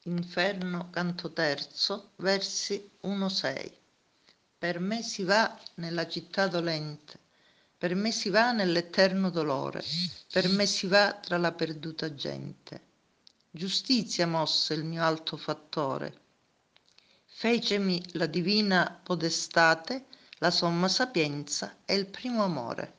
Inferno, canto terzo, versi 1-6. Per me si va nella città dolente, per me si va nell'eterno dolore, per me si va tra la perduta gente. Giustizia mosse il mio alto fattore, fecemi la divina podestate, la somma sapienza e il primo amore.